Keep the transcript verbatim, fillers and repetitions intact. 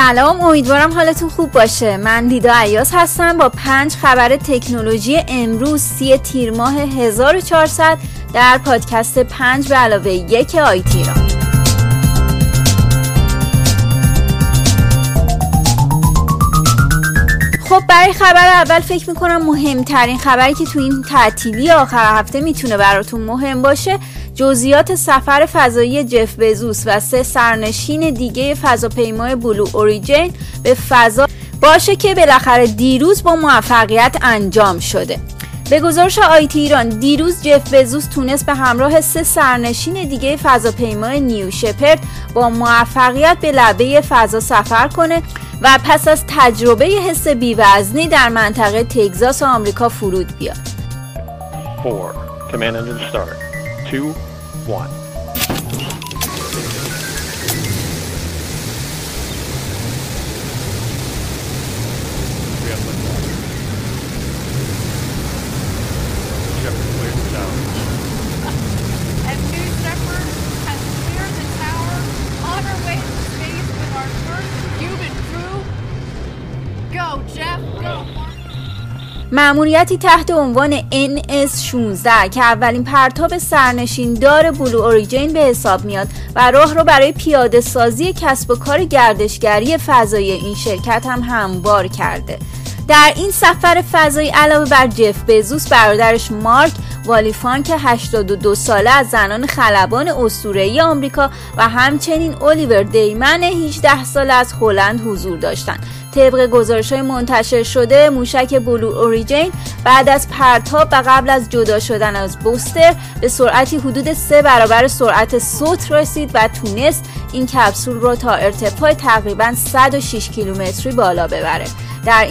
سلام، امیدوارم حالتون خوب باشه. من لیدا عیاز هستم با پنج خبر تکنولوژی امروز سی تیر ماه هزار و چهارصد در پادکست پنج به علاوه یک آیتی ایران. خب برای خبر اول فکر میکنم مهمترین خبری که تو این تعطیلی آخر هفته میتونه براتون مهم باشه جزئیات سفر فضایی جف بزوس و سه سرنشین دیگه فضاپیمای بلو اوریجین به فضا باشه که بالاخره دیروز با موفقیت انجام شده. به گزارش آیتی ایران دیروز جف بزوس تونست به همراه سه سرنشین دیگه فضاپیمای نیو شپرد با موفقیت به لبه فضا سفر کنه و پس از تجربه حس بی‌وزنی در منطقه تگزاس آمریکا فرود بیاد. four Command engine start. two one مأموریتی تحت عنوان ان اس شانزده که اولین پرتاب سرنشین دار بلو اوریجین به حساب میاد و راه رو برای پیاده سازی کسب و کار گردشگری فضایی این شرکت هم هموار کرده. در این سفر فضایی علاوه بر جف بزوس، برادرش مارک والیفان که هشتاد و دو ساله از زنان خلبان اسطوره‌ای آمریکا و همچنین الیور دیمن هجده ساله از هلند حضور داشتند. طبق گزارش‌های منتشر شده موشک بلو اوریجین بعد از پرتاب و قبل از جدا شدن از بوستر به سرعتی حدود سه برابر سرعت صوت رسید و تونست این کپسول را تا ارتفاع تقریباً صد و شش کیلومتری بالا ببره. در